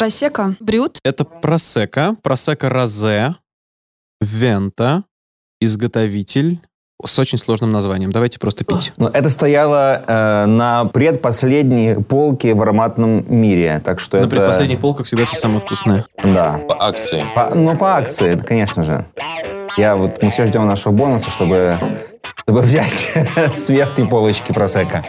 Просека, брют. Это просека розе, вента, изготовитель с очень сложным названием. Давайте просто пить. Это стояло на предпоследней полке в ароматном мире, так что На это... предпоследних полках всегда все самое вкусное. Да. По акции. По акции, конечно же. Мы все ждем нашего бонуса, чтобы взять с верхней полочки просека.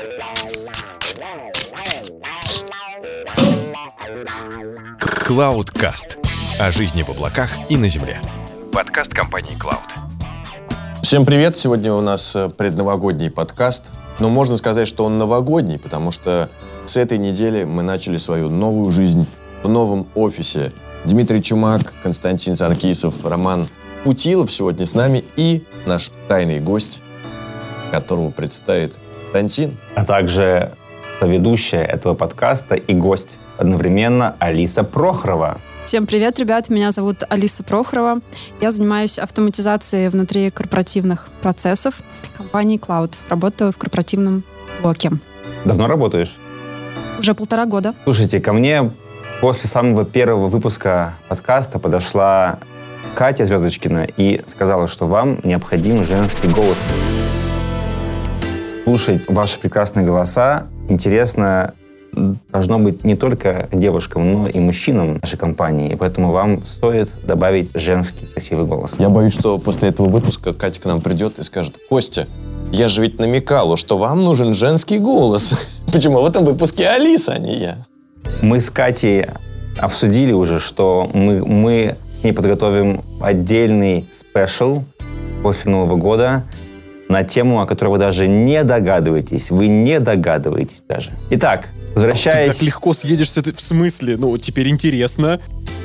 Cloudcast. О жизни в облаках и на земле. Подкаст компании Cloud. Всем привет! Сегодня у нас предновогодний подкаст. Но можно сказать, что он новогодний, потому что с этой недели мы начали свою новую жизнь в новом офисе. Дмитрий Чумак, Константин Саркисов, Роман Путилов сегодня с нами и наш тайный гость, которого представит Константин. А также ведущая этого подкаста и гость одновременно Алиса Прохорова. Всем привет, ребят. Меня зовут Алиса Прохорова. Я занимаюсь автоматизацией внутри корпоративных процессов компании Cloud. Работаю в корпоративном блоке. Давно работаешь? Уже 1,5 года. Слушайте, ко мне после самого первого выпуска подкаста подошла Катя Звездочкина и сказала, что вам необходим женский голос. Слушать ваши прекрасные голоса интересно должно быть не только девушкам, но и мужчинам нашей компании. И поэтому вам стоит добавить женский красивый голос. Я боюсь, что после этого выпуска Катя к нам придет и скажет: Костя, я же ведь намекала, что вам нужен женский голос. Почему в этом выпуске Алиса, а не я? Мы с Катей обсудили уже, что мы с ней подготовим отдельный спешл после Нового года на тему, о которой вы даже не догадываетесь. Вы не догадываетесь даже. Итак, возвращаясь... Ты так легко съедешься, в смысле? Теперь интересно.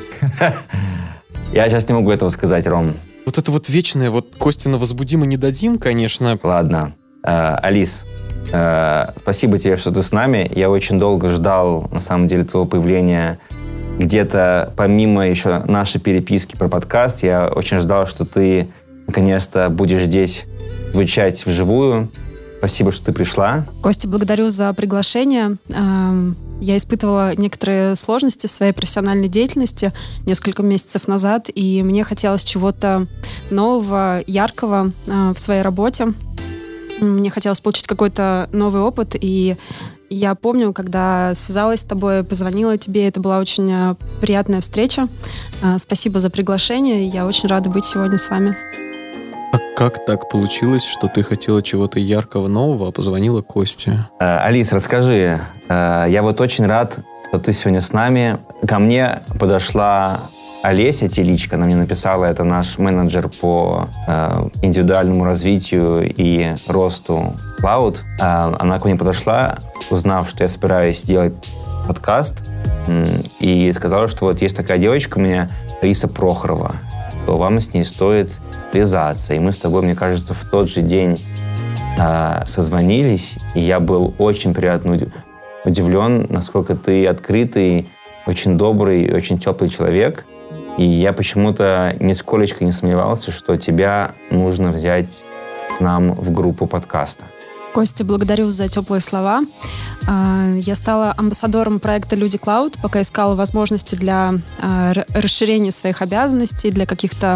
Я сейчас не могу этого сказать, Ром. Вот это вот вечное, Костина возбудимо не дадим, конечно. Ладно. Алис, спасибо тебе, что ты с нами. Я очень долго ждал, на самом деле, твоего появления где-то помимо еще нашей переписки про подкаст. Я очень ждал, что ты наконец-то будешь здесь звучать вживую. Спасибо, что ты пришла. Костя, благодарю за приглашение. Я испытывала некоторые сложности в своей профессиональной деятельности несколько месяцев назад, и мне хотелось чего-то нового, яркого в своей работе. Мне хотелось получить какой-то новый опыт, и я помню, когда связалась с тобой, позвонила тебе, это была очень приятная встреча. Спасибо за приглашение, я очень рада быть сегодня с вами. А как так получилось, что ты хотела чего-то яркого, нового, а позвонила Косте? Алис, расскажи. Я очень рад, что ты сегодня с нами. Ко мне подошла Олеся Теличко, она мне написала, это наш менеджер по индивидуальному развитию и росту Cloud. Она ко мне подошла, узнав, что я собираюсь делать подкаст, и сказала, что есть такая девочка у меня, Алиса Прохорова, то вам с ней стоит связаться. И мы с тобой, мне кажется, в тот же день созвонились, и я был очень приятно удивлен, насколько ты открытый, очень добрый, очень теплый человек. И я почему-то нисколечко не сомневался, что тебя нужно взять к нам в группу подкаста. Костя, благодарю за теплые слова. Я стала амбассадором проекта «Люди Cloud», пока искала возможности для расширения своих обязанностей, для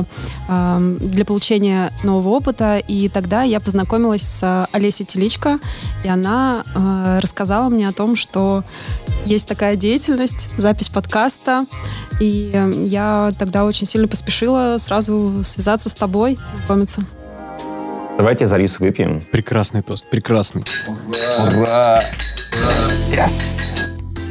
получения нового опыта. И тогда я познакомилась с Олесей Теличко, и она рассказала мне о том, что есть такая деятельность, запись подкаста. И я тогда очень сильно поспешила сразу связаться с тобой, знакомиться. Давайте за Алису выпьем. Прекрасный тост, прекрасный. Ура! Yes!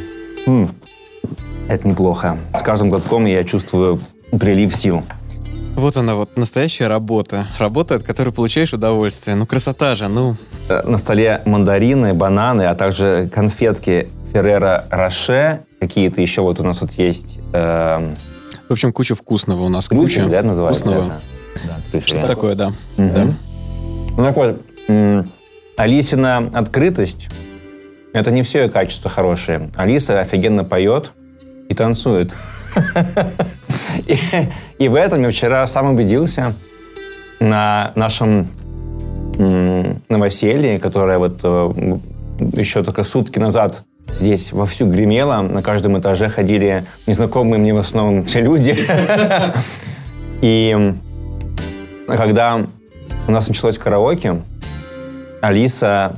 Это неплохо. С каждым глотком я чувствую прилив сил. Вот она, настоящая работа. Работа, от которой получаешь удовольствие. красота же, На столе мандарины, бананы, а также конфетки Ферреро Роше. Какие-то еще у нас тут есть. В общем, куча вкусного у нас. Куча, да, называется вкусного. Это? Да, что такое, да. Угу. Да. Алисина открытость — это не все ее качества хорошие. Алиса офигенно поет и танцует. И в этом я вчера сам убедился на нашем новоселье, которое еще только сутки назад здесь вовсю гремело. На каждом этаже ходили незнакомые мне в основном все люди. И когда у нас началось караоке, Алиса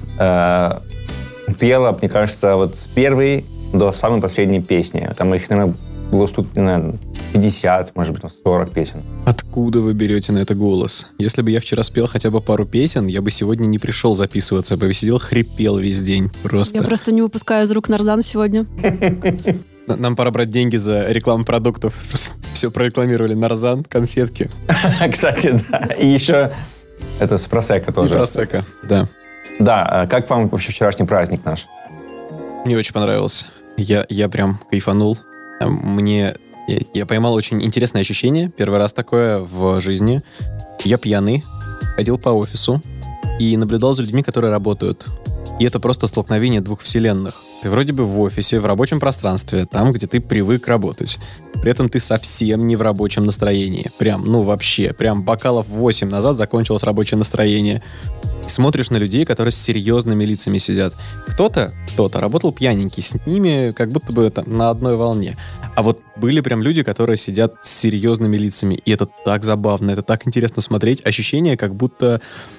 пела, мне кажется, вот с первой до самой последней песни. Там их, наверное, было штук, наверное, 50, может быть, 40 песен. Откуда вы берете на это голос? Если бы я вчера спел хотя бы пару песен, я бы сегодня не пришел записываться, я бы сидел, хрипел весь день. Я просто не выпускаю из рук нарзан сегодня. Нам пора брать деньги за рекламу продуктов. Все прорекламировали. Нарзан, конфетки. Кстати, да. И еще это с просекко тоже. И просекко, да. Да, как вам вообще вчерашний праздник наш? Мне очень понравился. Я прям кайфанул. Я поймал очень интересное ощущение. Первый раз такое в жизни. Я пьяный, ходил по офису и наблюдал за людьми, которые работают. И это просто столкновение двух вселенных. Ты вроде бы в офисе, в рабочем пространстве, там, где ты привык работать. При этом ты совсем не в рабочем настроении. Прям, вообще. Прям бокалов 8 назад закончилось рабочее настроение. Смотришь на людей, которые с серьезными лицами сидят. Кто-то работал пьяненький, с ними как будто бы там на одной волне. А вот были прям люди, которые сидят с серьезными лицами. И это так забавно, это так интересно смотреть. Ощущение, как будто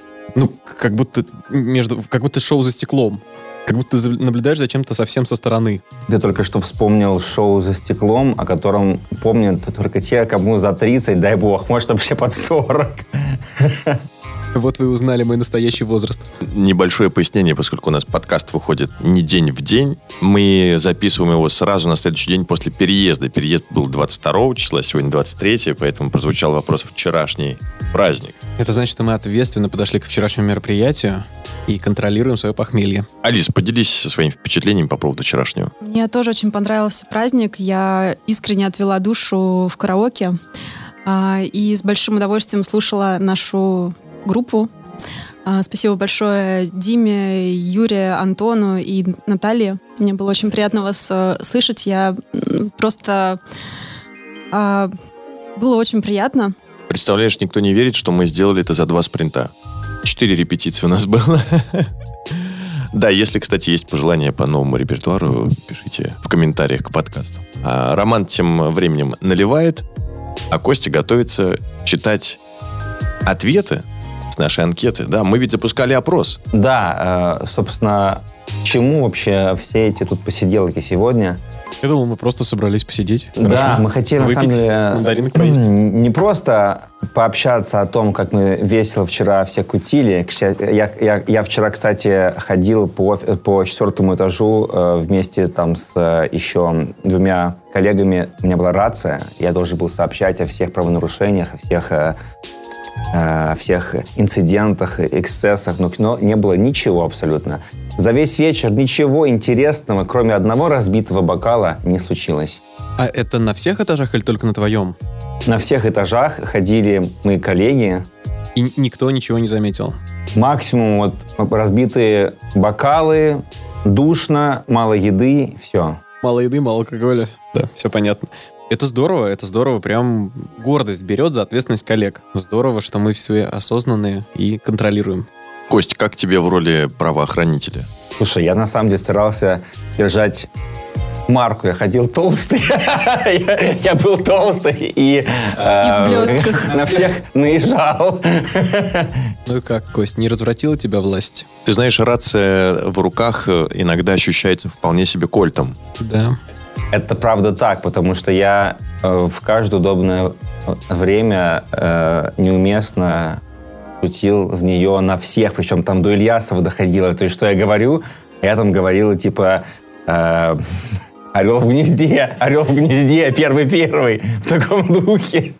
шоу за стеклом. Как будто ты наблюдаешь за чем-то совсем со стороны. Ты только что вспомнил шоу «За стеклом», о котором помнят только те, кому за 30, дай бог, может, вообще под 40. Вот вы узнали мой настоящий возраст. Небольшое пояснение, поскольку у нас подкаст выходит не день в день. Мы записываем его сразу на следующий день после переезда. Переезд был 22 числа, сегодня 23, поэтому прозвучал вопрос «вчерашний праздник». Это значит, что мы ответственно подошли к вчерашнему мероприятию и контролируем свое похмелье. Алис, поделись своими впечатлениями по поводу вчерашнего. Мне тоже очень понравился праздник. Я искренне отвела душу в караоке и с большим удовольствием слушала нашу группу. Спасибо большое Диме, Юре, Антону и Наталье. Мне было очень приятно вас слышать. Было очень приятно. Представляешь, никто не верит, что мы сделали это за 2 спринта. 4 репетиции у нас было. Да, если, кстати, есть пожелания по новому репертуару, пишите в комментариях к подкасту. А Роман тем временем наливает, а Костя готовится читать ответы с нашей анкеты. Да, мы ведь запускали опрос. Да, собственно, к чему вообще все эти тут посиделки сегодня? Я думал, мы просто собрались посидеть. Да, Хорошо. мы хотели, выпить, на самом деле, мандаринок поесть. Не просто пообщаться о том, как мы весело вчера все кутили. Я вчера, кстати, ходил по 4-му этажу вместе там с еще 2 коллегами. У меня была рация. Я должен был сообщать о всех правонарушениях, о всех инцидентах, эксцессах, но не было ничего абсолютно. За весь вечер ничего интересного, кроме одного разбитого бокала, не случилось. А это на всех этажах или только на твоем? На всех этажах ходили мои коллеги. И никто ничего не заметил? Максимум разбитые бокалы, душно, мало еды, все. Мало еды, мало алкоголя. Да, все понятно. Это здорово, прям гордость берет за ответственность коллег. Здорово, что мы все осознанные и контролируем. Кость, как тебе в роли правоохранителя? Слушай, я на самом деле старался держать марку. Я ходил толстый. Я был толстый и на всех наезжал. Ну и как, Кость, не развратила тебя власть? Ты знаешь, рация в руках иногда ощущается вполне себе кольтом. Да. Это правда так, потому что я в каждое удобное время неуместно шутил в нее на всех, причем там до Ильясова доходило. То есть, что я говорю? Я там говорил, типа, орел в гнезде, первый, в таком духе.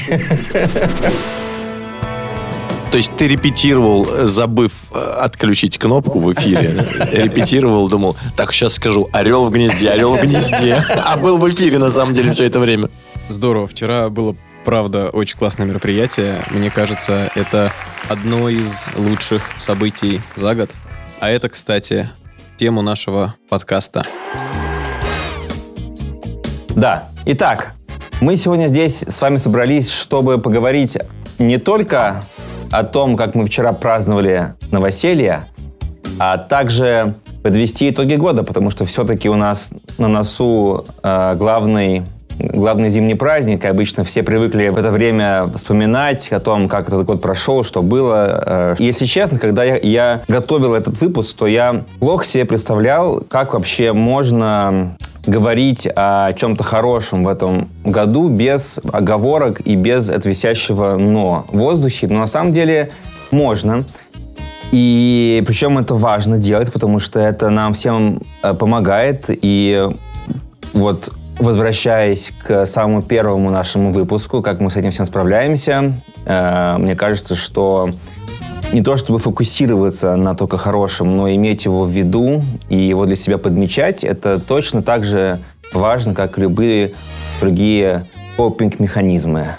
То есть ты репетировал, забыв отключить кнопку в эфире, репетировал, думал, так, сейчас скажу, орел в гнезде, а был в эфире на самом деле все это время. Здорово, вчера было, правда, очень классное мероприятие. Мне кажется, это одно из лучших событий за год. А это, кстати, тему нашего подкаста. Да, итак, мы сегодня здесь с вами собрались, чтобы поговорить не только о том, как мы вчера праздновали новоселье, а также подвести итоги года, потому что все-таки у нас на носу главный зимний праздник. Обычно все привыкли в это время вспоминать о том, как этот год прошел, что было. Если честно, когда я готовил этот выпуск, то я плохо себе представлял, как вообще можно говорить о чем-то хорошем в этом году без оговорок и без отвисящего «но» в воздухе. Но на самом деле можно. И причем это важно делать, потому что это нам всем помогает. И вот, возвращаясь к самому первому нашему выпуску, как мы с этим всем справляемся, мне кажется, что не то чтобы фокусироваться на только хорошем, но иметь его в виду и его для себя подмечать, это точно так же важно, как любые другие копинг-механизмы.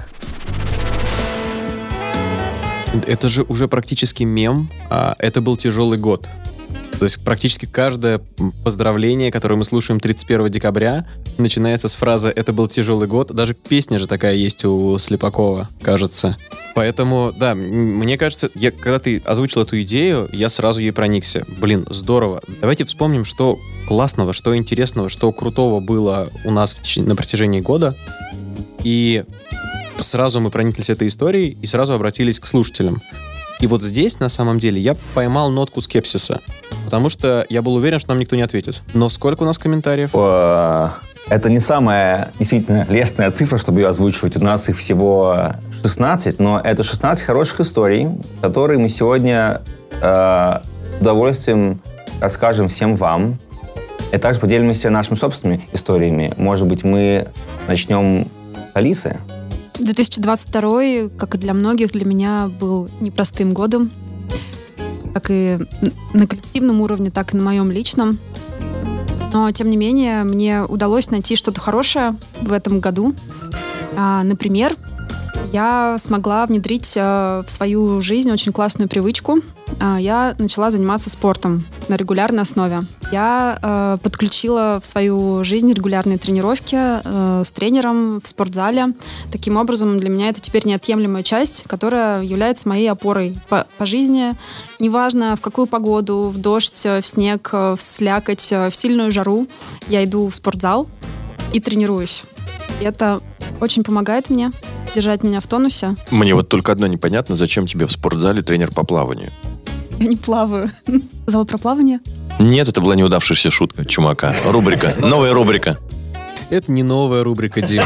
Это же уже практически мем. Это был тяжелый год. То есть практически каждое поздравление, которое мы слушаем 31 декабря, начинается с фразы «это был тяжелый год». Даже песня же такая есть у Слепакова, кажется. Поэтому, да, мне кажется, когда ты озвучил эту идею, я сразу ей проникся. Блин, здорово. Давайте вспомним, что классного, что интересного, что крутого было у нас на протяжении года. И сразу мы прониклись этой историей и сразу обратились к слушателям. И вот здесь, на самом деле, я поймал нотку скепсиса. Потому что я был уверен, что нам никто не ответит. Но сколько у нас комментариев? Это не самая действительно лестная цифра, чтобы ее озвучивать. У нас их всего 16, но это 16 хороших историй, которые мы сегодня с удовольствием расскажем всем вам. И также поделимся нашими собственными историями. Может быть, мы начнем с Алисы? 2022, как и для многих, для меня был непростым годом. Как и на коллективном уровне, так и на моем личном. Но, тем не менее, мне удалось найти что-то хорошее в этом году. Например, я смогла внедрить в свою жизнь очень классную привычку. Я начала заниматься спортом на регулярной основе. Я подключила в свою жизнь регулярные тренировки с тренером в спортзале. Таким образом, для меня это теперь неотъемлемая часть, которая является моей опорой по жизни. Неважно, в какую погоду, в дождь, в снег, в слякоть, в сильную жару, я иду в спортзал и тренируюсь. И это очень помогает мне держать меня в тонусе. Мне вот только одно непонятно, зачем тебе в спортзале тренер по плаванию? Я не плаваю. Зал про плавание? Нет, это была неудавшаяся шутка, чумака. Рубрика. Новая рубрика. Это не новая рубрика, Дима.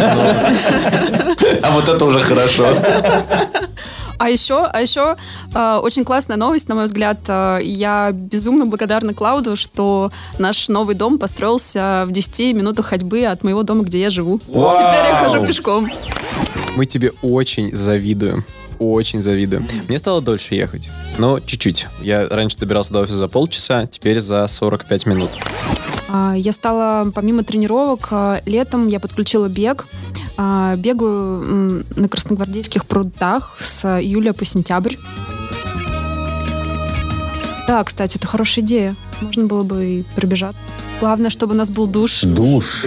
А вот это уже хорошо. А еще очень классная новость, на мой взгляд. Я безумно благодарна Клауду, что наш новый дом построился в 10 минутах ходьбы от моего дома, где я живу. Вау! Теперь я хожу пешком. Мы тебе очень завидуем. Очень завидую. Мне стало дольше ехать, но чуть-чуть. Я раньше добирался до офиса за полчаса, теперь за 45 минут. Я стала, помимо тренировок, летом я подключила бег. Бегаю на Красногвардейских прудах с июля по сентябрь. Да, кстати, это хорошая идея. Можно было бы и пробежаться. Главное, чтобы у нас был душ. Душ.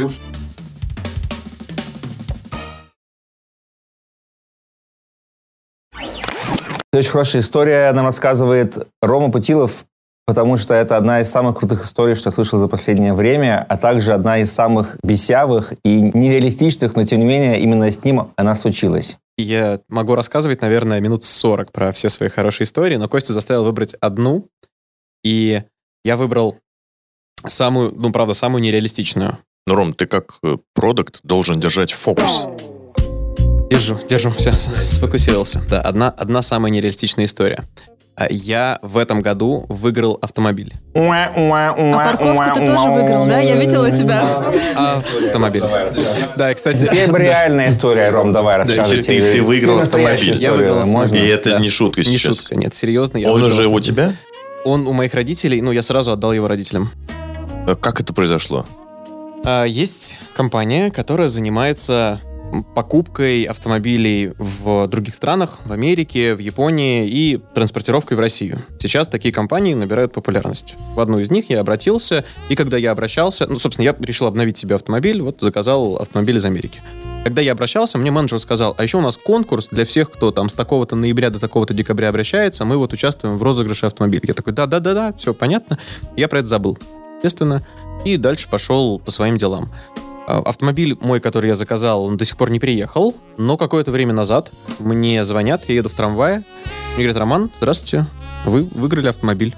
Очень хорошая история нам рассказывает Рома Путилов, потому что это одна из самых крутых историй, что я слышал за последнее время, а также одна из самых бесявых и нереалистичных, но тем не менее именно с ним она случилась. Я могу рассказывать, наверное, минут 40 про все свои хорошие истории, но Костя заставил выбрать одну, и я выбрал самую, правда, самую нереалистичную. Ну, Ром, ты как продакт должен держать фокус. Держу, все, сфокусировался. Да, одна самая нереалистичная история. Я в этом году выиграл автомобиль. А парковку ты тоже выиграл, да? Я видела тебя. Автомобиль. Да, и, кстати... Теперь бы реальная история, Ром, давай расскажи. Ты выиграл автомобиль. Я выиграл автомобиль. И это не шутка сейчас. Не шутка, нет, серьезно. Он уже у тебя? Он у моих родителей, я сразу отдал его родителям. Как это произошло? Есть компания, которая занимается покупкой автомобилей в других странах, в Америке, в Японии и транспортировкой в Россию. Сейчас такие компании набирают популярность. В одну из них я обратился, и когда я обращался, собственно, я решил обновить себе автомобиль, заказал автомобиль из Америки. Когда я обращался, мне менеджер сказал, а еще у нас конкурс для всех, кто там с такого-то ноября до такого-то декабря обращается, мы вот участвуем в розыгрыше автомобиля. Я такой, да, все понятно. Я про это забыл, естественно, и дальше пошел по своим делам. Автомобиль мой, который я заказал, он до сих пор не приехал, но какое-то время назад мне звонят, я еду в трамвае, мне говорят, Роман, здравствуйте, вы выиграли автомобиль.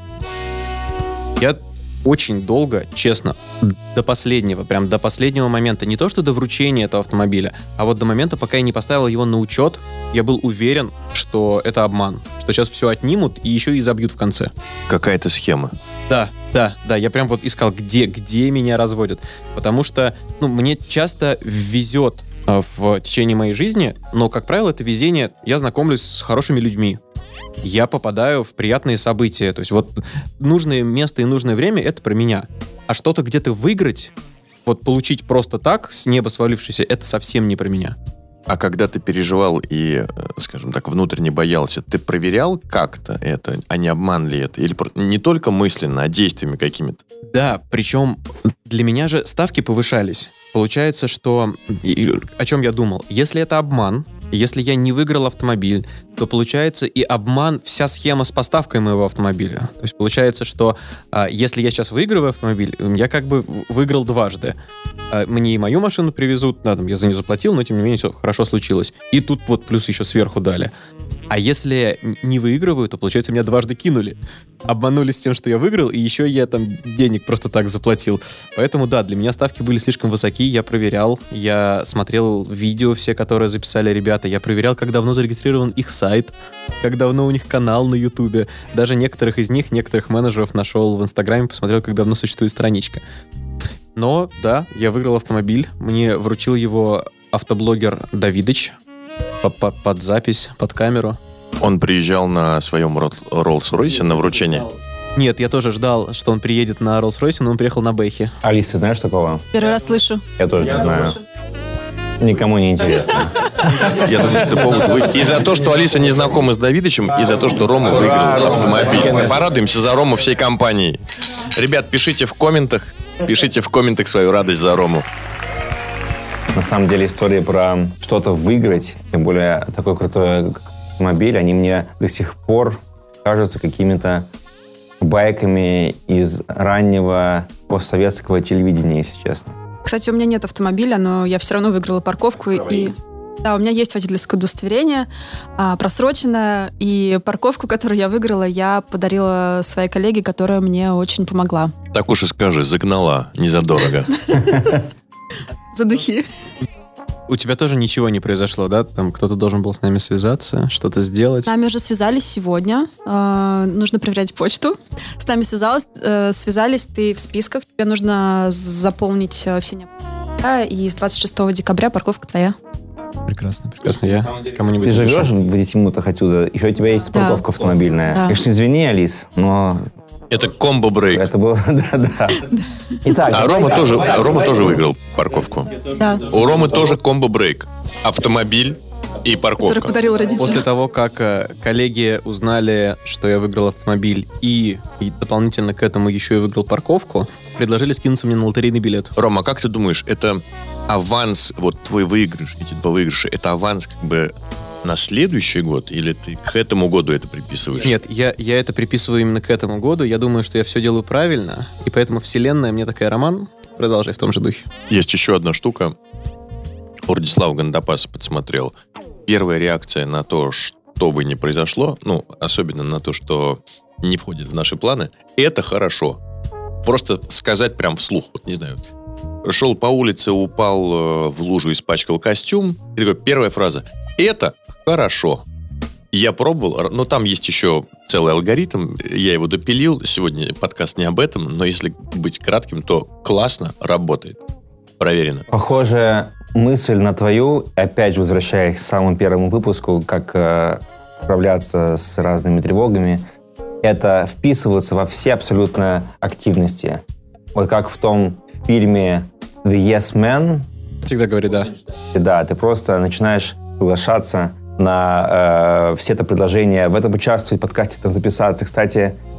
Я очень долго, честно, до последнего момента, не то что до вручения этого автомобиля, а вот до момента, пока я не поставил его на учет, я был уверен, что это обман, что сейчас все отнимут и еще и забьют в конце. Какая-то схема. Да, я прям вот искал, где меня разводят, потому что, мне часто везет в течение моей жизни, но, как правило, это везение, я знакомлюсь с хорошими людьми. Я попадаю в приятные события. То есть вот нужное место и нужное время — это про меня. А что-то где-то выиграть, вот получить просто так, с неба свалившееся, это совсем не про меня. А когда ты переживал и, скажем так, внутренне боялся, ты проверял как-то это, а не обман ли это? Или не только мысленно, а действиями какими-то? Да, причем для меня же ставки повышались. Получается, что... О чем я думал? Если это обман, если я не выиграл автомобиль, то получается и обман, вся схема с поставкой моего автомобиля. То есть получается, что если я сейчас выигрываю автомобиль, я как бы выиграл дважды. Мне и мою машину привезут, да, там, я за нее заплатил, но тем не менее все хорошо случилось. И тут вот плюс еще сверху дали. А если не выигрываю, то, получается, меня дважды кинули. Обманулись тем, что я выиграл, и еще я там денег просто так заплатил. Поэтому, да, для меня ставки были слишком высоки, я проверял, я смотрел видео все, которые записали ребята, я проверял, как давно зарегистрирован их сайт, как давно у них канал на Ютубе. Даже некоторых менеджеров нашел в Инстаграме, посмотрел, как давно существует страничка. Но, да, я выиграл автомобиль, мне вручил его автоблогер Давидыч под запись, под камеру. Он приезжал на своем Роллс-Ройсе на вручение? Нет, я тоже ждал, что он приедет на Роллс-Ройсе, но он приехал на Бэхе. Алис, ты знаешь такого? Первый раз слышу. Я тоже не знаю. Никому не интересно. Я думаю, что повод и за то, что Алиса не знакома с Давидычем, и за то, что Рома выиграл автомобиль. Мы порадуемся за Рому всей компанией. Ребят, пишите в комментах свою радость за Рому. На самом деле истории про что-то выиграть, тем более такой крутой автомобиль, они мне до сих пор кажутся какими-то байками из раннего постсоветского телевидения, если честно. Кстати, у меня нет автомобиля, но я все равно выиграла парковку. Да, у меня есть водительское удостоверение, просроченное, и парковку, которую я выиграла, я подарила своей коллеге, которая мне очень помогла. Так уж и скажи, загнала, не задорого. За духи. У тебя тоже ничего не произошло, да? Там кто-то должен был с нами связаться, что-то сделать. С нами уже связались сегодня. Нужно проверять почту. С нами связались, ты в списках. Тебе нужно заполнить все необходимые. И с 26 декабря парковка твоя. Прекрасно. Я кому-нибудь Ты живешь в 10 минутах отсюда, еще у тебя есть парковка автомобильная. Да. Конечно, извини, Алис, но... Это комбо-брейк. Это было, да. Итак, Рома тоже выиграл парковку. Да. У Ромы тоже комбо-брейк. Автомобиль и парковка. Который подарил родителям. После того, как коллеги узнали, что я выиграл автомобиль и дополнительно к этому еще и выиграл парковку, предложили скинуться мне на лотерейный билет. Рома, как ты думаешь, это аванс, вот твой выигрыш, эти два выигрыша, это аванс как бы на следующий год, или ты к этому году это приписываешь? Нет, я это приписываю именно к этому году. Я думаю, что я все делаю правильно, и поэтому вселенная мне такая: Роман, продолжай в том же духе. Есть еще одна штука. Владислав Гандапас подсмотрел. Первая реакция на то, что бы ни произошло, особенно на то, что не входит в наши планы, это хорошо. Просто сказать прям вслух, вот не знаю. Шел по улице, упал в лужу, испачкал костюм. И такой, первая фраза: это хорошо. Я пробовал, но там есть еще целый алгоритм. Я его допилил. Сегодня подкаст не об этом, но если быть кратким, то классно работает. Проверено. Похожая мысль на твою, опять возвращаясь к самому первому выпуску, как справляться с разными тревогами, это вписываться во все абсолютно активности. Вот как в том фильме The Yes Man. Всегда говори «да». Да, ты просто начинаешь соглашаться на все это предложения, в этом участвовать, в подкасте там записаться. Кстати,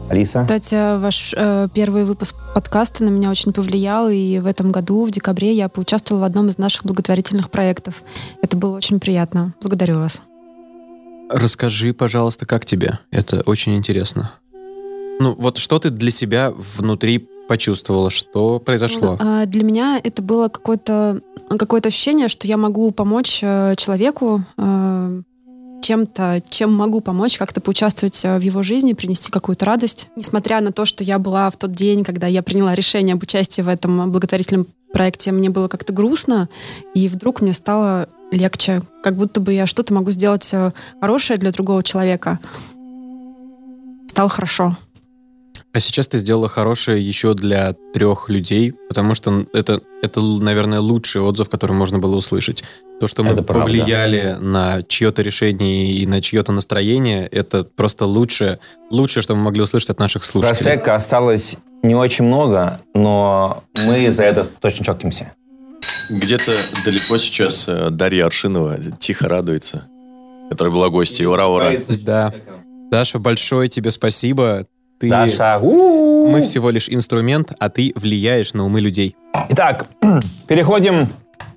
Алиса? Кстати, ваш первый выпуск подкаста на меня очень повлиял, и в этом году, в декабре, я поучаствовала в одном из наших благотворительных проектов. Это было очень приятно. Благодарю вас. Расскажи, пожалуйста, как тебе? Это очень интересно. Вот что ты для себя внутри почувствовала? Что произошло? Для меня это было какое-то ощущение, что я могу помочь человеку чем-то, чем могу помочь, как-то поучаствовать в его жизни, принести какую-то радость. Несмотря на то, что я была в тот день, когда я приняла решение об участии в этом благотворительном проекте, мне было как-то грустно, и вдруг мне стало легче, как будто бы я что-то могу сделать хорошее для другого человека. Стало хорошо. А сейчас ты сделала хорошее еще для 3 людей, потому что это, наверное, лучший отзыв, который можно было услышать. То, что мы повлияли на чье-то решение и на чье-то настроение, это просто лучшее, что мы могли услышать от наших слушателей. Просекко осталось не очень много, но мы за это точно чокнемся. Где-то далеко сейчас Дарья Аршинова тихо радуется, которая была гостьей. Ура! Да. Даша, большое тебе спасибо. Даша, мы всего лишь инструмент, а ты влияешь на умы людей. Итак, переходим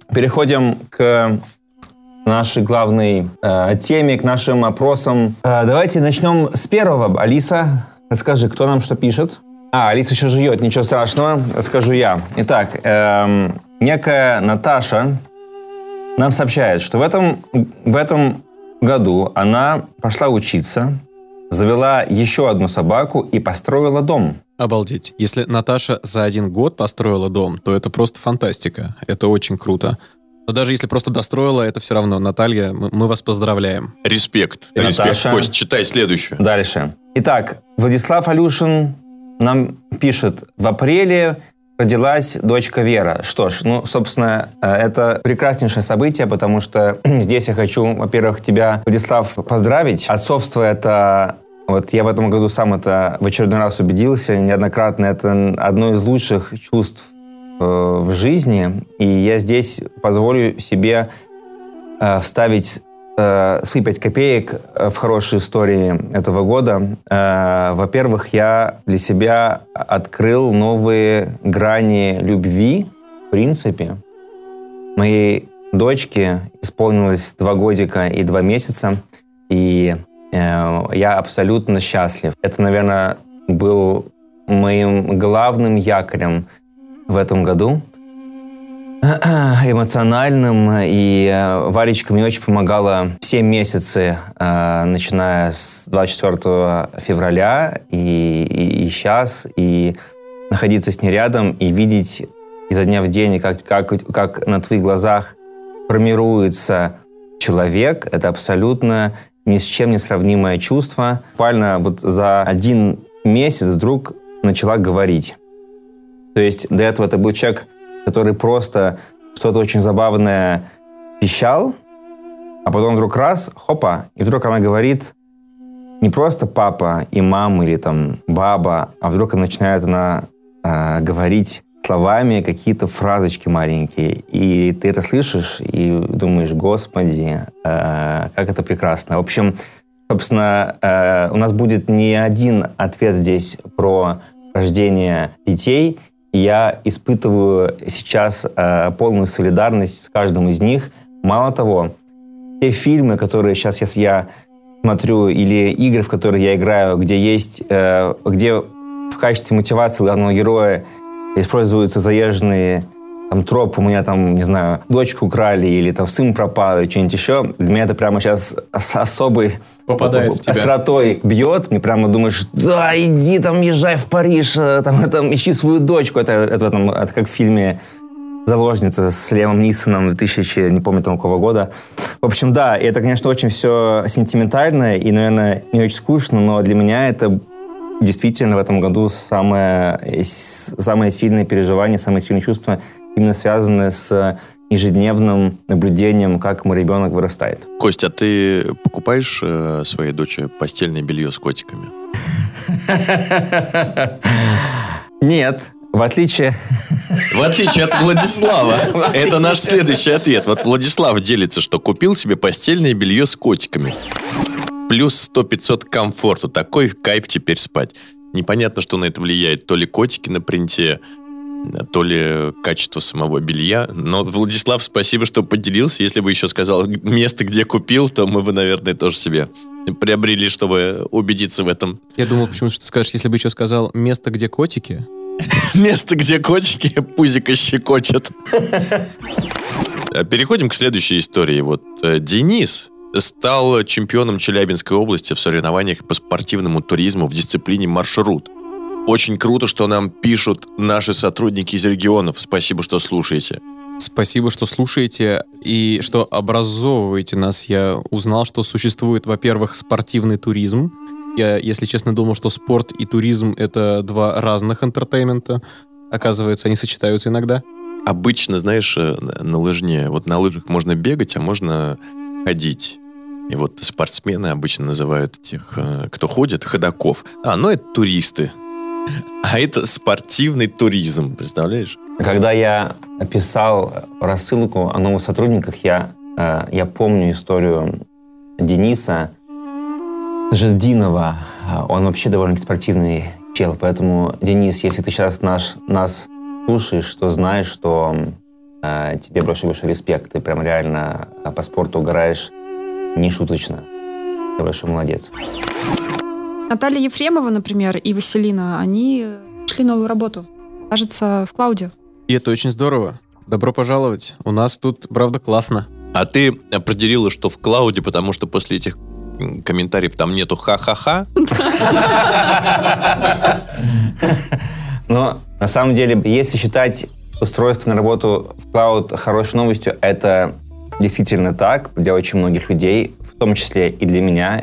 к нашей главной теме, к нашим опросам. Давайте начнем с первого. Алиса, расскажи, кто нам что пишет? Алиса еще жует, ничего страшного, скажу я. Итак, некая Наташа нам сообщает, что в этом году она пошла учиться, завела еще одну собаку и построила дом. Обалдеть. Если Наташа за 1 год построила дом, то это просто фантастика. Это очень круто. Но даже если просто достроила, это все равно. Наталья, мы вас поздравляем. Респект. Наташа. Кость, читай следующую. Дальше. Итак, Владислав Алюшин нам пишет: в апреле родилась дочка Вера. Что ж, собственно, это прекраснейшее событие, потому что здесь я хочу, во-первых, тебя, Владислав, поздравить. Отцовство — это... я в этом году сам это в очередной раз убедился неоднократно. Это одно из лучших чувств в жизни. И я здесь позволю себе вставить свои 5 копеек в хорошие истории этого года. Во-первых, я для себя открыл новые грани любви, в принципе. Моей дочке исполнилось 2 годика и 2 месяца, и я абсолютно счастлив. Это, наверное, был моим главным якорем в этом году. Эмоциональным, и Варечка мне очень помогала все месяцы, начиная с 24 февраля и сейчас, и находиться с ней рядом, и видеть изо дня в день, как на твоих глазах формируется человек, это абсолютно ни с чем не сравнимое чувство. Буквально за 1 месяц вдруг начала говорить. То есть до этого это был человек, который просто что-то очень забавное пищал, а потом вдруг раз, хопа, и вдруг она говорит не просто папа и мама или баба, а вдруг начинает она говорить словами какие-то фразочки маленькие. И ты это слышишь и думаешь: Господи, как это прекрасно. В общем, собственно, у нас будет не один ответ здесь про рождение детей. Я испытываю сейчас полную солидарность с каждым из них. Мало того, те фильмы, которые сейчас я смотрю, или игры, в которые я играю, где в качестве мотивации главного героя используются заезженные тропы, у меня не знаю, дочку украли, или сын пропал, или что-нибудь еще, для меня это прямо сейчас с особой попадает в тебя. Остротой бьет. Мне прямо думаешь: да, иди езжай в Париж, ищи свою дочку. Это как в фильме «Заложница» с Лиамом Нисоном 2000, не помню какого года. В общем, да, это, конечно, очень все сентиментально и, наверное, не очень скучно, но для меня это действительно в этом году самое сильное переживание, самое сильное чувство, именно связанное с ежедневным наблюдением, как мой ребенок вырастает. Костя, а ты покупаешь своей дочери постельное белье с котиками? Нет. В отличие от Владислава. Это наш следующий ответ. Владислав делится, что купил себе постельное белье с котиками. Плюс 100-500 комфорту. Такой кайф теперь спать. Непонятно, что на это влияет. То ли котики на принте, то ли качество самого белья. Но, Владислав, спасибо, что поделился. Если бы еще сказал место, где купил, то мы бы, наверное, тоже себе приобрели, чтобы убедиться в этом. Я думал, почему-то, что ты скажешь, если бы еще сказал место, где котики. Место, где котики пузико щекочет. Переходим к следующей истории. Вот Денис стал чемпионом Челябинской области в соревнованиях по спортивному туризму в дисциплине маршрут. Очень круто, что нам пишут наши сотрудники из регионов. Спасибо, что слушаете. Спасибо, что слушаете и что образовываете нас. Я узнал, что существует, во-первых, спортивный туризм. Я, если честно, думал, что спорт и туризм — это два разных интертеймента. Оказывается, они сочетаются иногда. Обычно, знаешь, на лыжне, вот на лыжах можно бегать, а можно ходить. И вот спортсмены обычно называют тех, кто ходит, ходаков. Ну это туристы. А это спортивный туризм, представляешь? Когда я писал рассылку о новых сотрудниках, я помню историю Дениса Жадинова. Он вообще довольно спортивный чел. Поэтому, Денис, если ты сейчас нас слушаешь, то знаешь, что тебе большой-большой респект. Ты прям реально по спорту угораешь не шуточно. Ты большой молодец. Наталья Ефремова, например, и Василина, они нашли новую работу. Кажется, в клауде. И это очень здорово. Добро пожаловать. У нас тут, правда, классно. А ты определила, что в клауде, потому что после этих комментариев там нету ха-ха-ха? Но на самом деле, если считать устройство на работу в клауд хорошей новостью, это действительно так для очень многих людей, в том числе и для меня,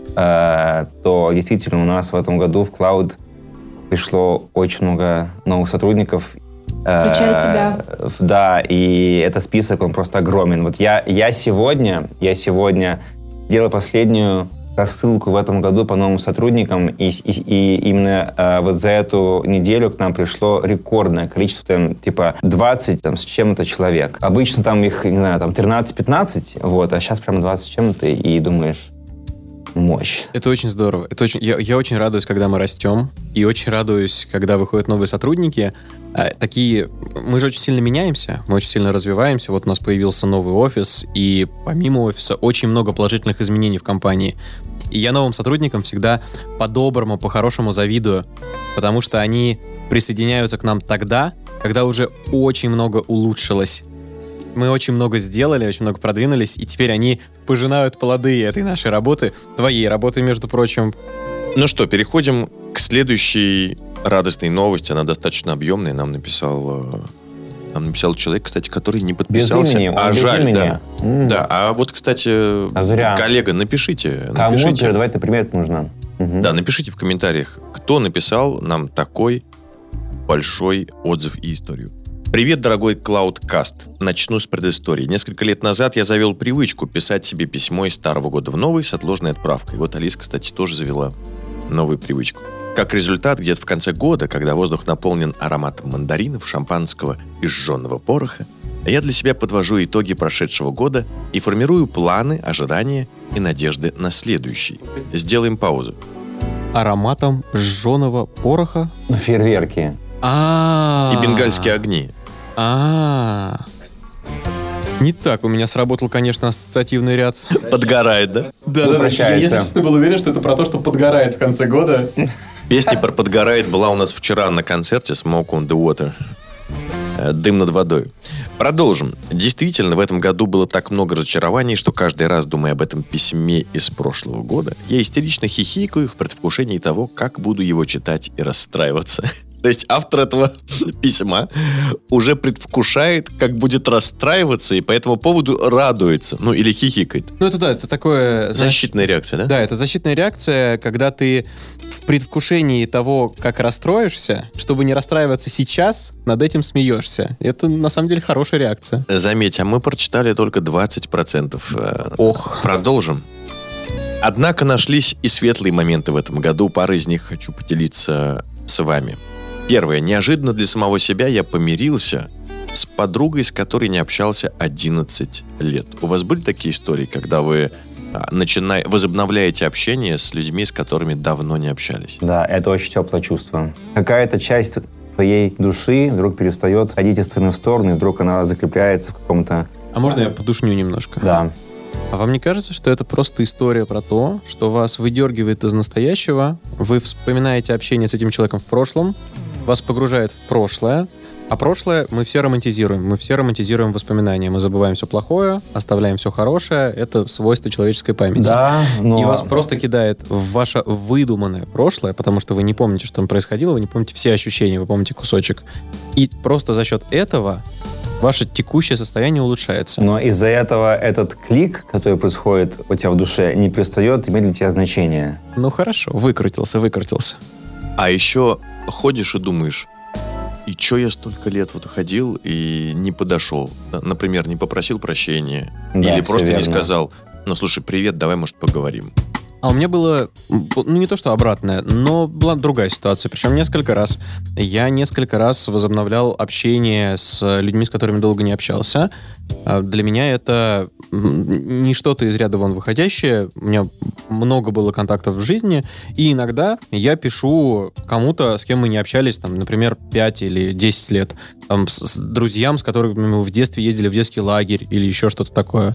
то действительно у нас в этом году в клауд пришло очень много новых сотрудников. Включая тебя. Да, и этот список, он просто огромен. Вот я сегодня делал последнюю рассылку в этом году по новым сотрудникам, и именно вот за эту неделю к нам пришло рекордное количество, типа 20 с чем-то человек. Обычно там их, не знаю, там 13-15, вот, а сейчас прям 20 с чем-то, и думаешь, мощь. Это очень здорово. Я очень радуюсь, когда мы растем, и очень радуюсь, когда выходят новые сотрудники. Мы же очень сильно меняемся, мы очень сильно развиваемся. Вот у нас появился новый офис, и помимо офиса очень много положительных изменений в компании. И я новым сотрудникам всегда по-доброму, по-хорошему завидую, потому что они присоединяются к нам тогда, когда уже очень много улучшилось. Мы очень много сделали, очень много продвинулись, и теперь они пожинают плоды этой нашей работы, твоей работы, между прочим. Ну что, переходим к следующей радостной новости. Она достаточно объемная. Нам написал человек, кстати, который не подписался. Без имени, а жаль, имени. Да. Да. А вот, кстати, коллега, напишите. Кому передавать-то привет нужно? Да, напишите в комментариях, кто написал нам такой большой отзыв и историю. Привет, дорогой CloudCast. Начну с предыстории. Несколько лет назад я завел привычку писать себе письмо из старого года в новый с отложенной отправкой. Вот Алиса, кстати, тоже завела новую привычку. Как результат, где-то в конце года, когда воздух наполнен ароматом мандаринов, шампанского и сжженного пороха, я для себя подвожу итоги прошедшего года и формирую планы, ожидания и надежды на следующий. Сделаем паузу. Ароматом сжженного пороха? Фейерверки. И бенгальские огни. Не так. У меня сработал, конечно, ассоциативный ряд. Подгорает, да? Да. Я, честно, был уверен, что это про то, что подгорает в конце года. Песня про «Подгорает» была у нас вчера на концерте «Smoke on the Water». Дым над водой. Продолжим. Действительно, в этом году было так много разочарований, что каждый раз, думая об этом письме из прошлого года, я истерично хихикаю в предвкушении того, как буду его читать и расстраиваться. То есть автор этого письма уже предвкушает, как будет расстраиваться, и по этому поводу радуется. Ну, или хихикает. Ну, это такое... Защитная реакция, да? Да, это защитная реакция, когда ты в предвкушении того, как расстроишься, чтобы не расстраиваться сейчас, над этим смеешься. Это, на самом деле, хорошая реакция. Заметь, а мы прочитали только 20%. Ох. Продолжим. Однако нашлись и светлые моменты в этом году. Пара из них хочу поделиться с вами. Первое. Неожиданно для самого себя я помирился с подругой, с которой не общался 11 лет. У вас были такие истории, когда вы возобновляете общение с людьми, с которыми давно не общались. Да, это очень теплое чувство. Какая-то часть твоей души вдруг перестает ходить из стороны в сторону, и вдруг она закрепляется в каком-то... А можно я подушню немножко? Да. А вам не кажется, что это просто история про то, что вас выдергивает из настоящего, вы вспоминаете общение с этим человеком в прошлом, вас погружает в прошлое, а прошлое мы все романтизируем. Мы все романтизируем воспоминания. Мы забываем все плохое, оставляем все хорошее. Это свойство человеческой памяти. Да, но... И вас просто кидает в ваше выдуманное прошлое, потому что вы не помните, что там происходило, вы не помните все ощущения, вы помните кусочек. И просто за счет этого ваше текущее состояние улучшается. Но из-за этого этот клик, который происходит у тебя в душе, не перестает иметь для тебя значения. Ну хорошо, выкрутился. А еще ходишь и думаешь, и что я столько лет вот ходил и не подошел? Например, не попросил прощения. Да, или просто верно. не сказал, ну, слушай, привет, давай, может, поговорим. А у меня было, ну не то что обратное, но была другая ситуация, причем несколько раз. Я несколько раз возобновлял общение с людьми, с которыми долго не общался. Для меня это не что-то из ряда вон выходящее. У меня много было контактов в жизни, и иногда я пишу кому-то, с кем мы не общались, там, например, 5 или 10 лет, там, с друзьям, с которыми мы в детстве ездили в детский лагерь или еще что-то такое.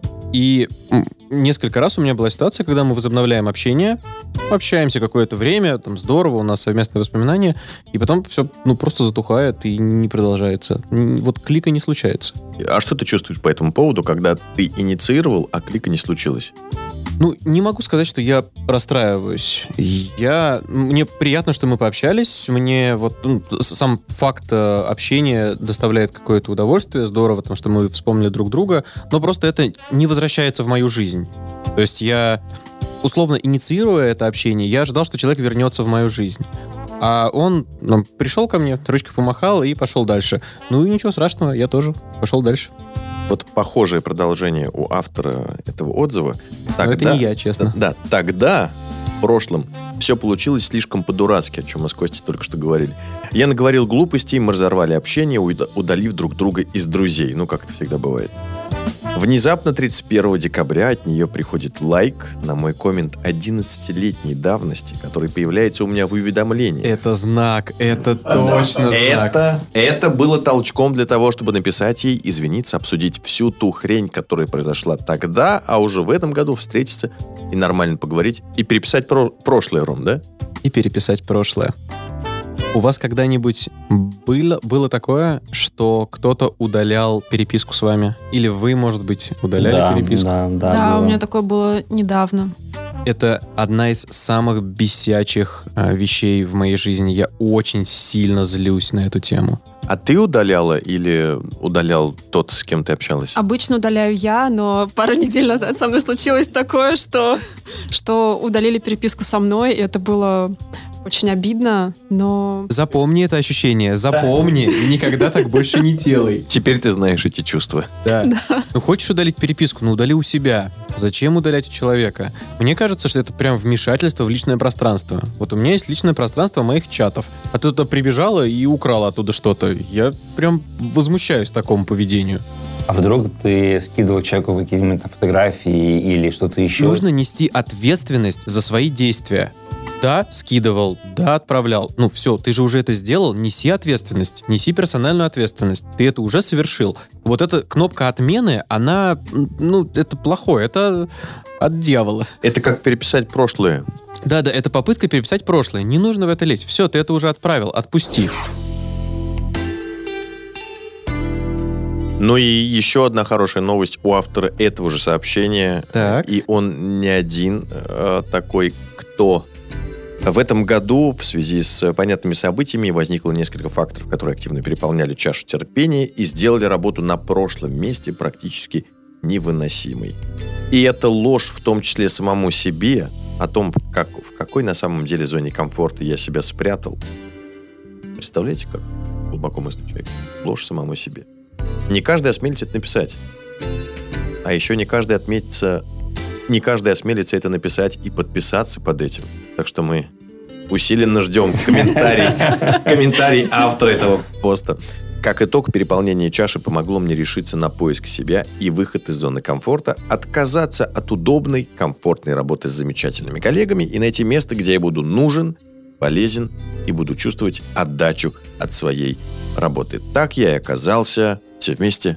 И несколько раз у меня была ситуация, когда мы возобновляем общение, общаемся какое-то время, там здорово, у нас совместные воспоминания, и потом все просто затухает и не продолжается. Вот клика не случается. А что ты чувствуешь по этому поводу, когда ты инициировал, а клика не случилось? Ну, не могу сказать, что я расстраиваюсь. Мне приятно, что мы пообщались. Мне сам факт общения доставляет какое-то удовольствие. Здорово, потому что мы вспомнили друг друга. Но просто это не возвращается в мою жизнь. То есть я, условно инициируя это общение, я ожидал, что человек вернется в мою жизнь. А он пришел ко мне, ручкой помахал и пошел дальше. Ну и ничего страшного, я тоже пошел дальше. Вот похожее продолжение у автора этого отзыва. Но это не я, честно. Да, тогда, в прошлом, все получилось слишком по-дурацки, о чем мы с Костей только что говорили. Я наговорил глупостей, мы разорвали общение, удалив друг друга из друзей. Ну, как это всегда бывает. Внезапно 31 декабря от нее приходит лайк на мой коммент 11-летней давности, который появляется у меня в уведомлении. Это знак, это точно знак. Это было толчком для того, чтобы написать ей, извиниться, обсудить всю ту хрень, которая произошла тогда, а уже в этом году встретиться и нормально поговорить, и переписать прошлое, Ром, да? И переписать прошлое. У вас когда-нибудь было такое, что кто-то удалял переписку с вами? Или вы, может быть, удаляли переписку? Да, у меня такое было недавно. Это одна из самых бесячих вещей в моей жизни. Я очень сильно злюсь на эту тему. А ты удаляла или удалял тот, с кем ты общалась? Обычно удаляю я, но пару недель назад со мной случилось такое, что удалили переписку со мной, и это было очень обидно, но... Запомни это ощущение, запомни, и никогда так больше не делай. Теперь ты знаешь эти чувства. Да. Ну, хочешь удалить переписку, ну, удали у себя. Зачем удалять у человека? Мне кажется, что это прям вмешательство в личное пространство. Вот у меня есть личное пространство моих чатов. А ты туда прибежала и украла оттуда что-то. Я прям возмущаюсь такому поведению. А вдруг ты скидывал человеку какие-нибудь фотографии или что-то еще? Нужно нести ответственность за свои действия. Да, скидывал, да, отправлял. Ну все, ты же уже это сделал, неси ответственность, неси персональную ответственность. Ты это уже совершил. Вот эта кнопка отмены, она, это плохое, это от дьявола. Это как переписать прошлое. Да, это попытка переписать прошлое. Не нужно в это лезть. Все, ты это уже отправил, отпусти. Ну и еще одна хорошая новость у автора этого же сообщения. Так. И он не один такой, кто... В этом году в связи с понятными событиями возникло несколько факторов, которые активно переполняли чашу терпения и сделали работу на прошлом месте практически невыносимой. И это ложь в том числе самому себе, о том, в какой на самом деле зоне комфорта я себя спрятал. Представляете, как глубоко мысли человека? Ложь самому себе. Не каждый осмелится это написать. А еще не каждый осмелится это написать и подписаться под этим. Так что мы усиленно ждем комментарий автора этого поста. Как итог, переполнение чаши помогло мне решиться на поиск себя и выход из зоны комфорта, отказаться от удобной, комфортной работы с замечательными коллегами и найти место, где я буду нужен, полезен и буду чувствовать отдачу от своей работы. Так я и оказался все вместе.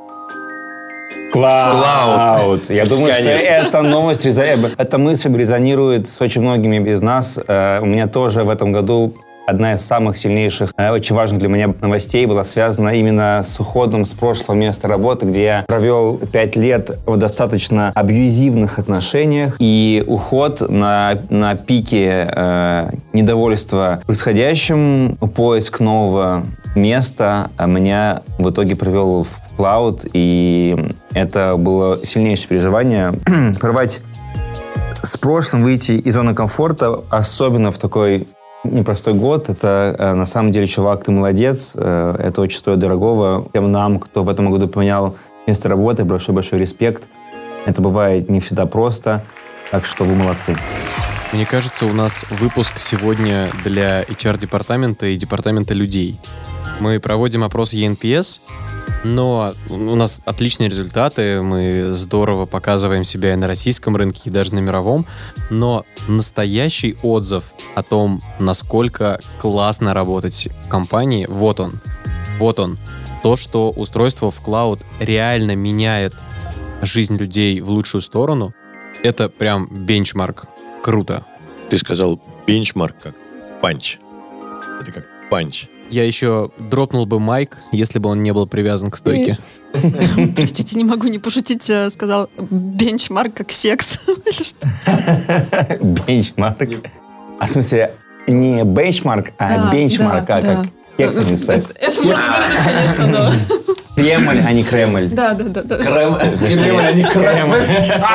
Клауд. Я думаю, Конечно. что эта новость, эта мысль резонирует с очень многими из нас. У меня тоже в этом году одна из самых сильнейших, очень важных для меня новостей была связана именно с уходом с прошлого места работы, где я провел 5 лет в достаточно абьюзивных отношениях. И уход на пике недовольства происходящим, поиск нового места меня в итоге привел в Cloud, и это было сильнейшее переживание. Порвать с прошлым, выйти из зоны комфорта, особенно в такой непростой год, это на самом деле, чувак, ты молодец, это очень стоит дорогого. Всем нам, кто в этом году поменял место работы, большой-большой респект. Это бывает не всегда просто, так что вы молодцы. Мне кажется, у нас выпуск сегодня для HR-департамента и департамента людей. Мы проводим опрос ENPS, но у нас отличные результаты, мы здорово показываем себя и на российском рынке, и даже на мировом, но настоящий отзыв о том, насколько классно работать в компании, вот он. То, что устройство в Cloud реально меняет жизнь людей в лучшую сторону, это прям бенчмарк. Круто. Ты сказал бенчмарк как панч. Это как панч. Я еще дропнул бы майк, если бы он не был привязан к стойке. Простите, не могу не пошутить. Сказал бенчмарк как секс. Или что? Бенчмарк. А в смысле, не бенчмарк, а бенчмарк, как секс, а не секс. Это может быть, конечно, но... Кремль, а не Кремль. Да. Кремль, а не Кремль.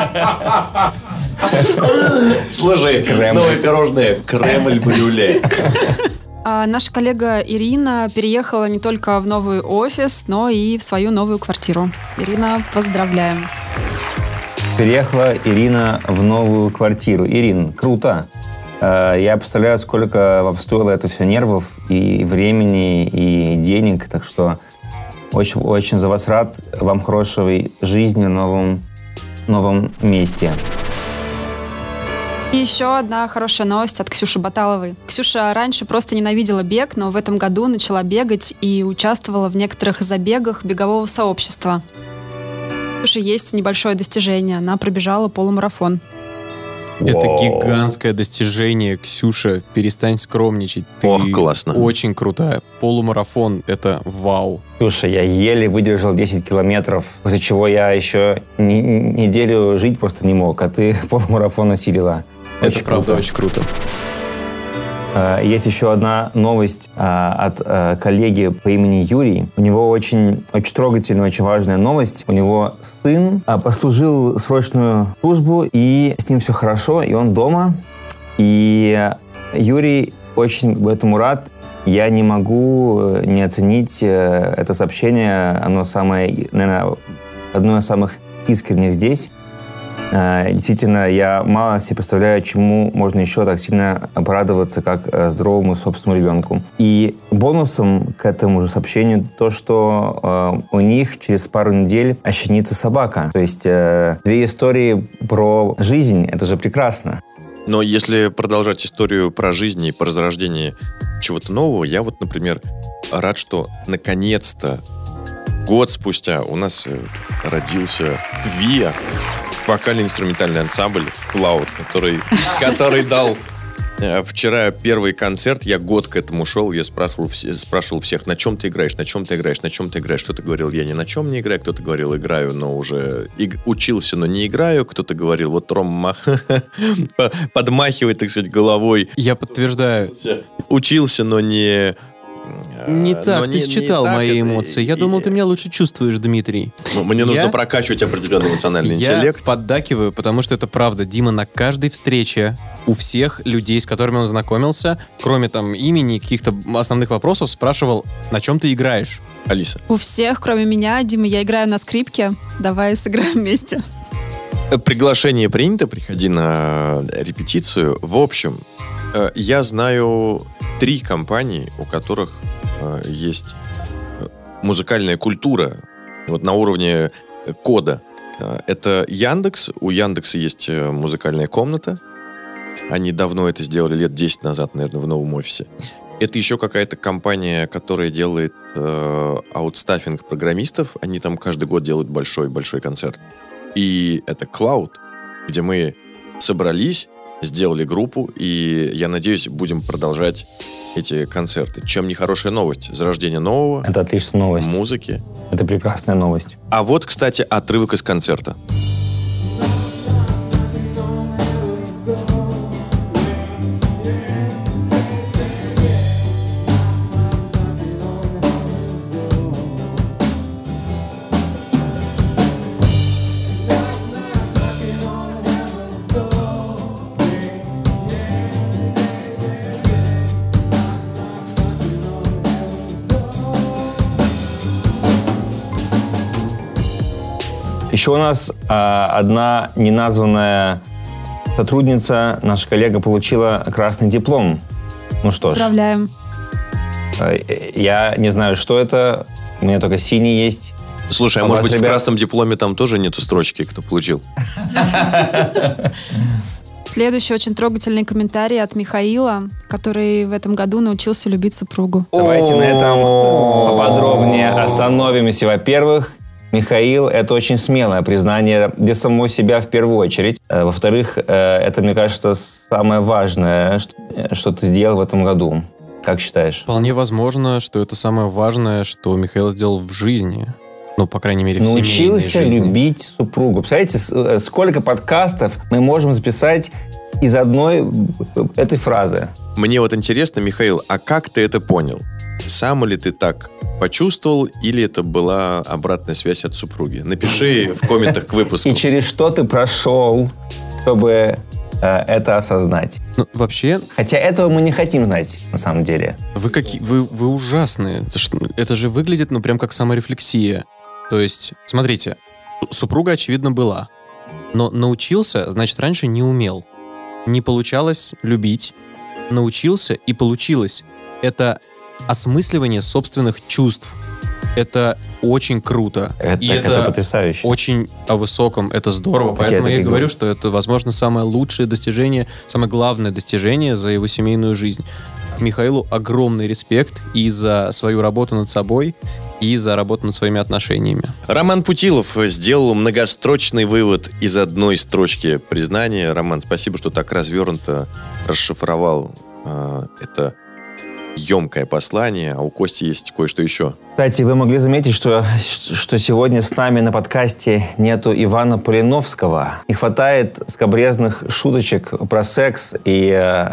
Слушай, новое пирожное. Кремль-брюле. Наша коллега Ирина переехала не только в новый офис, но и в свою новую квартиру. Ирина, поздравляем. Переехала Ирина в новую квартиру. Ирин, круто. Я представляю, сколько вам стоило это все нервов и времени, и денег. Так что очень за вас рад. Вам хорошей жизни в новом месте. И еще одна хорошая новость от Ксюши Баталовой. Ксюша раньше просто ненавидела бег, но в этом году начала бегать и участвовала в некоторых забегах бегового сообщества. У Ксюши есть небольшое достижение. Она пробежала полумарафон. Это гигантское достижение, Ксюша. Перестань скромничать. Ты классно. Очень крутая. Полумарафон — это вау. Слушай, я еле выдержал 10 километров, после чего я еще неделю жить просто не мог, а ты полумарафон осилила. Это правда очень круто. Есть еще одна новость от коллеги по имени Юрий. У него очень трогательная, очень важная новость. У него сын послужил срочную службу, и с ним все хорошо, и он дома. И Юрий очень этому рад. Я не могу не оценить это сообщение. Оно самое, наверное, одно из самых искренних здесь. Действительно, я мало себе представляю, чему можно еще так сильно порадоваться, как здоровому собственному ребенку. И бонусом к этому же сообщению то, что у них через пару недель ощенится собака. То есть 2 истории про жизнь, это же прекрасно. Но если продолжать историю про жизнь и про зарождение чего-то нового, я вот, например, рад, что наконец-то год спустя у нас родился ВИА, вокально-инструментальный ансамбль Cloud, который дал вчера первый концерт. Я год к этому шел, я спрашивал всех, на чем ты играешь. Кто-то говорил, я ни на чем не играю, кто-то говорил, играю, но уже учился, но не играю. Кто-то говорил, вот Ром подмахивает, так сказать, головой. Я подтверждаю. Учился, но не... Не так, ты считал мои эмоции. Я думал, ты меня лучше чувствуешь, Дмитрий. Мне нужно прокачивать определенный эмоциональный интеллект. Я поддакиваю, потому что это правда. Дима на каждой встрече у всех людей, с которыми он знакомился, кроме там имени, каких-то основных вопросов, спрашивал, на чем ты играешь? Алиса. У всех, кроме меня, Дима, я играю на скрипке. Давай сыграем вместе. Приглашение принято, приходи на репетицию. В общем, я знаю 3 компании, у которых есть музыкальная культура вот на уровне кода. Это Яндекс. У Яндекса есть музыкальная комната. Они давно это сделали, лет 10 назад, наверное, в новом офисе. Это еще какая-то компания, которая делает аутстаффинг программистов. Они там каждый год делают большой-большой концерт. И это Cloud, где мы собрались, сделали группу, и, я надеюсь, будем продолжать эти концерты. Чем не хорошая новость? Зарождение нового. Это отличная новость. Музыки. Это прекрасная новость. А вот, кстати, отрывок из концерта. Еще у нас одна неназванная сотрудница, наша коллега, получила красный диплом. Ну что ж. Поздравляем. Я не знаю, что это. У меня только синий есть. Слушай, а может быть, в красном дипломе там тоже нету строчки, кто получил? Следующий очень трогательный комментарий от Михаила, который в этом году научился любить супругу. Давайте на этом поподробнее остановимся. Во-первых, Михаил, это очень смелое признание для самого себя в первую очередь. Во-вторых, это, мне кажется, самое важное, что ты сделал в этом году. Как считаешь? Вполне возможно, что это самое важное, что Михаил сделал в жизни. Ну, по крайней мере, в семейной жизни. Научился любить супругу. Представляете, сколько подкастов мы можем записать из одной этой фразы? Мне вот интересно, Михаил, а как ты это понял? Сам ли ты так почувствовал, или это была обратная связь от супруги? Напиши в комментах к выпуску. И через что ты прошел, чтобы это осознать? Ну, вообще... Хотя этого мы не хотим знать, на самом деле. Вы ужасные. Это же выглядит, ну, прям как саморефлексия. То есть, смотрите, супруга, очевидно, была. Но научился, значит, раньше не умел. Не получалось любить. Научился и получилось. Это осмысливание собственных чувств. Это очень круто. Это потрясающе. Очень о высоком. Это здорово. Поэтому я и говорю, что это, возможно, самое лучшее достижение, самое главное достижение за его семейную жизнь. Михаилу огромный респект и за свою работу над собой, и за работу над своими отношениями. Роман Путилов сделал многострочный вывод из одной строчки признания. Роман, спасибо, что так развернуто расшифровал это емкое послание, а у Кости есть кое-что еще. Кстати, вы могли заметить, что сегодня с нами на подкасте нету Ивана Полиновского. Не хватает скабрезных шуточек про секс и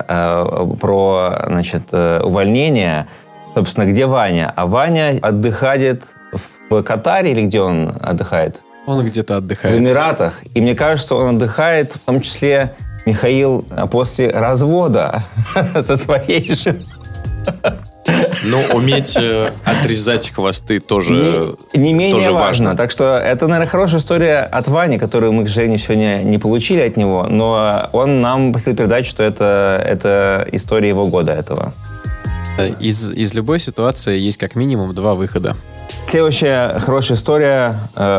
про, значит, увольнение. Собственно, где Ваня? А Ваня отдыхает в Катаре или где он отдыхает? Он где-то отдыхает. В Эмиратах. И мне кажется, он отдыхает, в том числе Михаил, после развода со своей женой. Но уметь отрезать хвосты тоже не менее тоже важно. Так что это, наверное, хорошая история от Вани, которую мы, к сожалению, сегодня не получили от него, но он нам просил передать, что это история его года этого. Из любой ситуации есть как минимум 2 выхода. Следующая хорошая история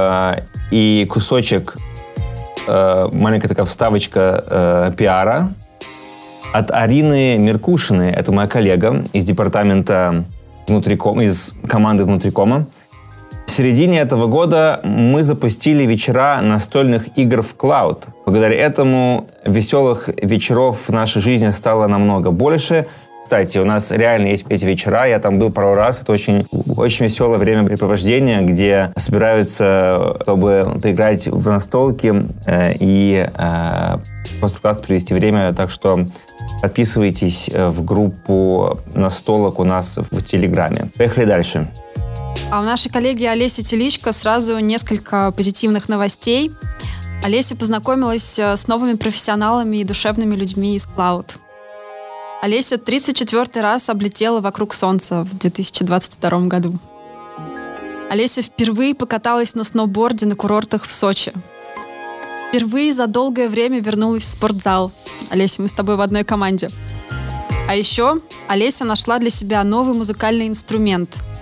и кусочек, маленькая такая вставочка пиара от Арины Меркушиной. Это моя коллега из департамента Внутрикома, из команды Внутрикома. В середине этого года мы запустили вечера настольных игр в Cloud. Благодаря этому веселых вечеров в нашей жизни стало намного больше. Кстати, у нас реально есть эти вечера, я там был пару раз, это очень, очень веселое времяпрепровождение, где собираются, чтобы поиграть в настолки и просто классно провести время, так что подписывайтесь в группу настолок у нас в Телеграме. Поехали дальше. А у нашей коллеги Олеси Теличко сразу несколько позитивных новостей. Олеся познакомилась с новыми профессионалами и душевными людьми из Cloud. Олеся 34-й раз облетела вокруг Солнца в 2022 году. Олеся впервые покаталась на сноуборде на курортах в Сочи. Впервые за долгое время вернулась в спортзал. Олеся, мы с тобой в одной команде. А еще Олеся нашла для себя новый музыкальный инструмент.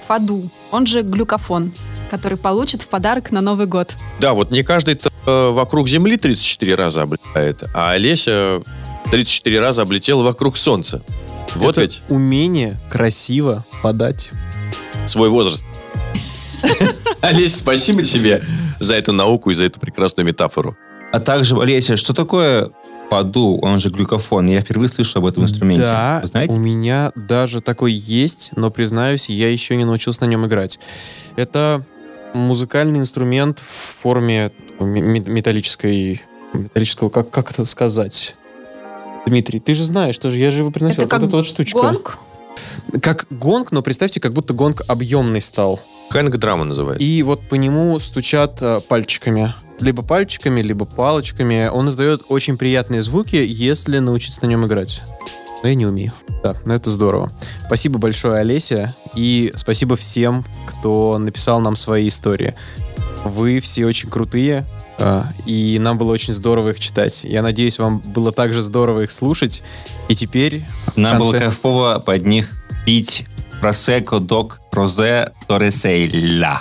фаду, он же глюкофон, который получит в подарок на Новый год. Да, вот не каждый вокруг Земли 34 раза облетает, а Олеся 34 раза облетела вокруг Солнца. Вот это ведь умение красиво подать. свой возраст. Олеся, спасибо тебе за эту науку и за эту прекрасную метафору. А также, Олеся, что такое фаду, он же глюкофон? Я впервые слышу об этом инструменте. Да, Вы знаете? у меня даже такой есть, но, признаюсь, я еще не научился на нем играть. Это музыкальный инструмент в форме металлического, как это сказать? Дмитрий, ты же знаешь, что же я же его приносил. Это как вот эта вот штучка. гонг? Как гонг, но представьте, как будто гонг объемный стал. Хэнк-драма называется. И вот по нему стучат пальчиками. Либо пальчиками, либо палочками. Он издает очень приятные звуки, если научиться на нем играть. Но я не умею. Да, но это здорово. Спасибо большое, Олеся. И спасибо всем, кто написал нам свои истории. Вы все очень крутые. И нам было очень здорово их читать. Я надеюсь, вам было также здорово их слушать. И теперь... Нам было кайфово под них пить просекко док розе торресейля.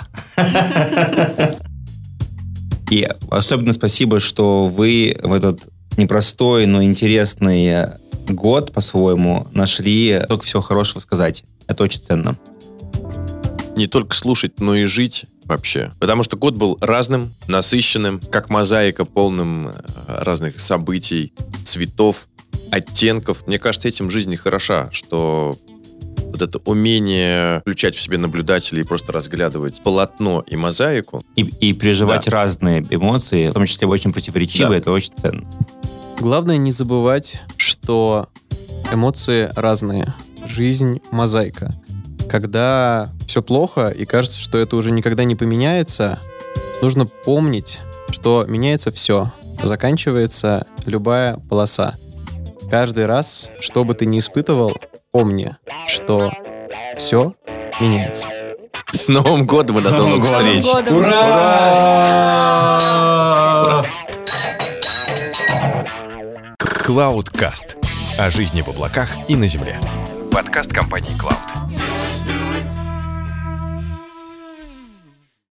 И особенно спасибо, что вы в этот непростой, но интересный год по-своему нашли только всего хорошего сказать. Это очень ценно. Не только слушать, но и жить вообще. Потому что год был разным, насыщенным, как мозаика, полным разных событий, цветов, оттенков. Мне кажется, этим жизнь и хороша, что вот это умение включать в себе наблюдателя и просто разглядывать полотно и мозаику. И переживать разные эмоции, в том числе очень противоречивые, это очень ценно. Главное не забывать, что эмоции разные. Жизнь — мозаика. Когда все плохо и кажется, что это уже никогда не поменяется, нужно помнить, что меняется все. Заканчивается любая полоса. Каждый раз, что бы ты ни испытывал, помни, что все меняется. С Новым годом и до новых встреч! Ура! Cloudcast. О жизни в облаках и на земле. Подкаст компании Cloud.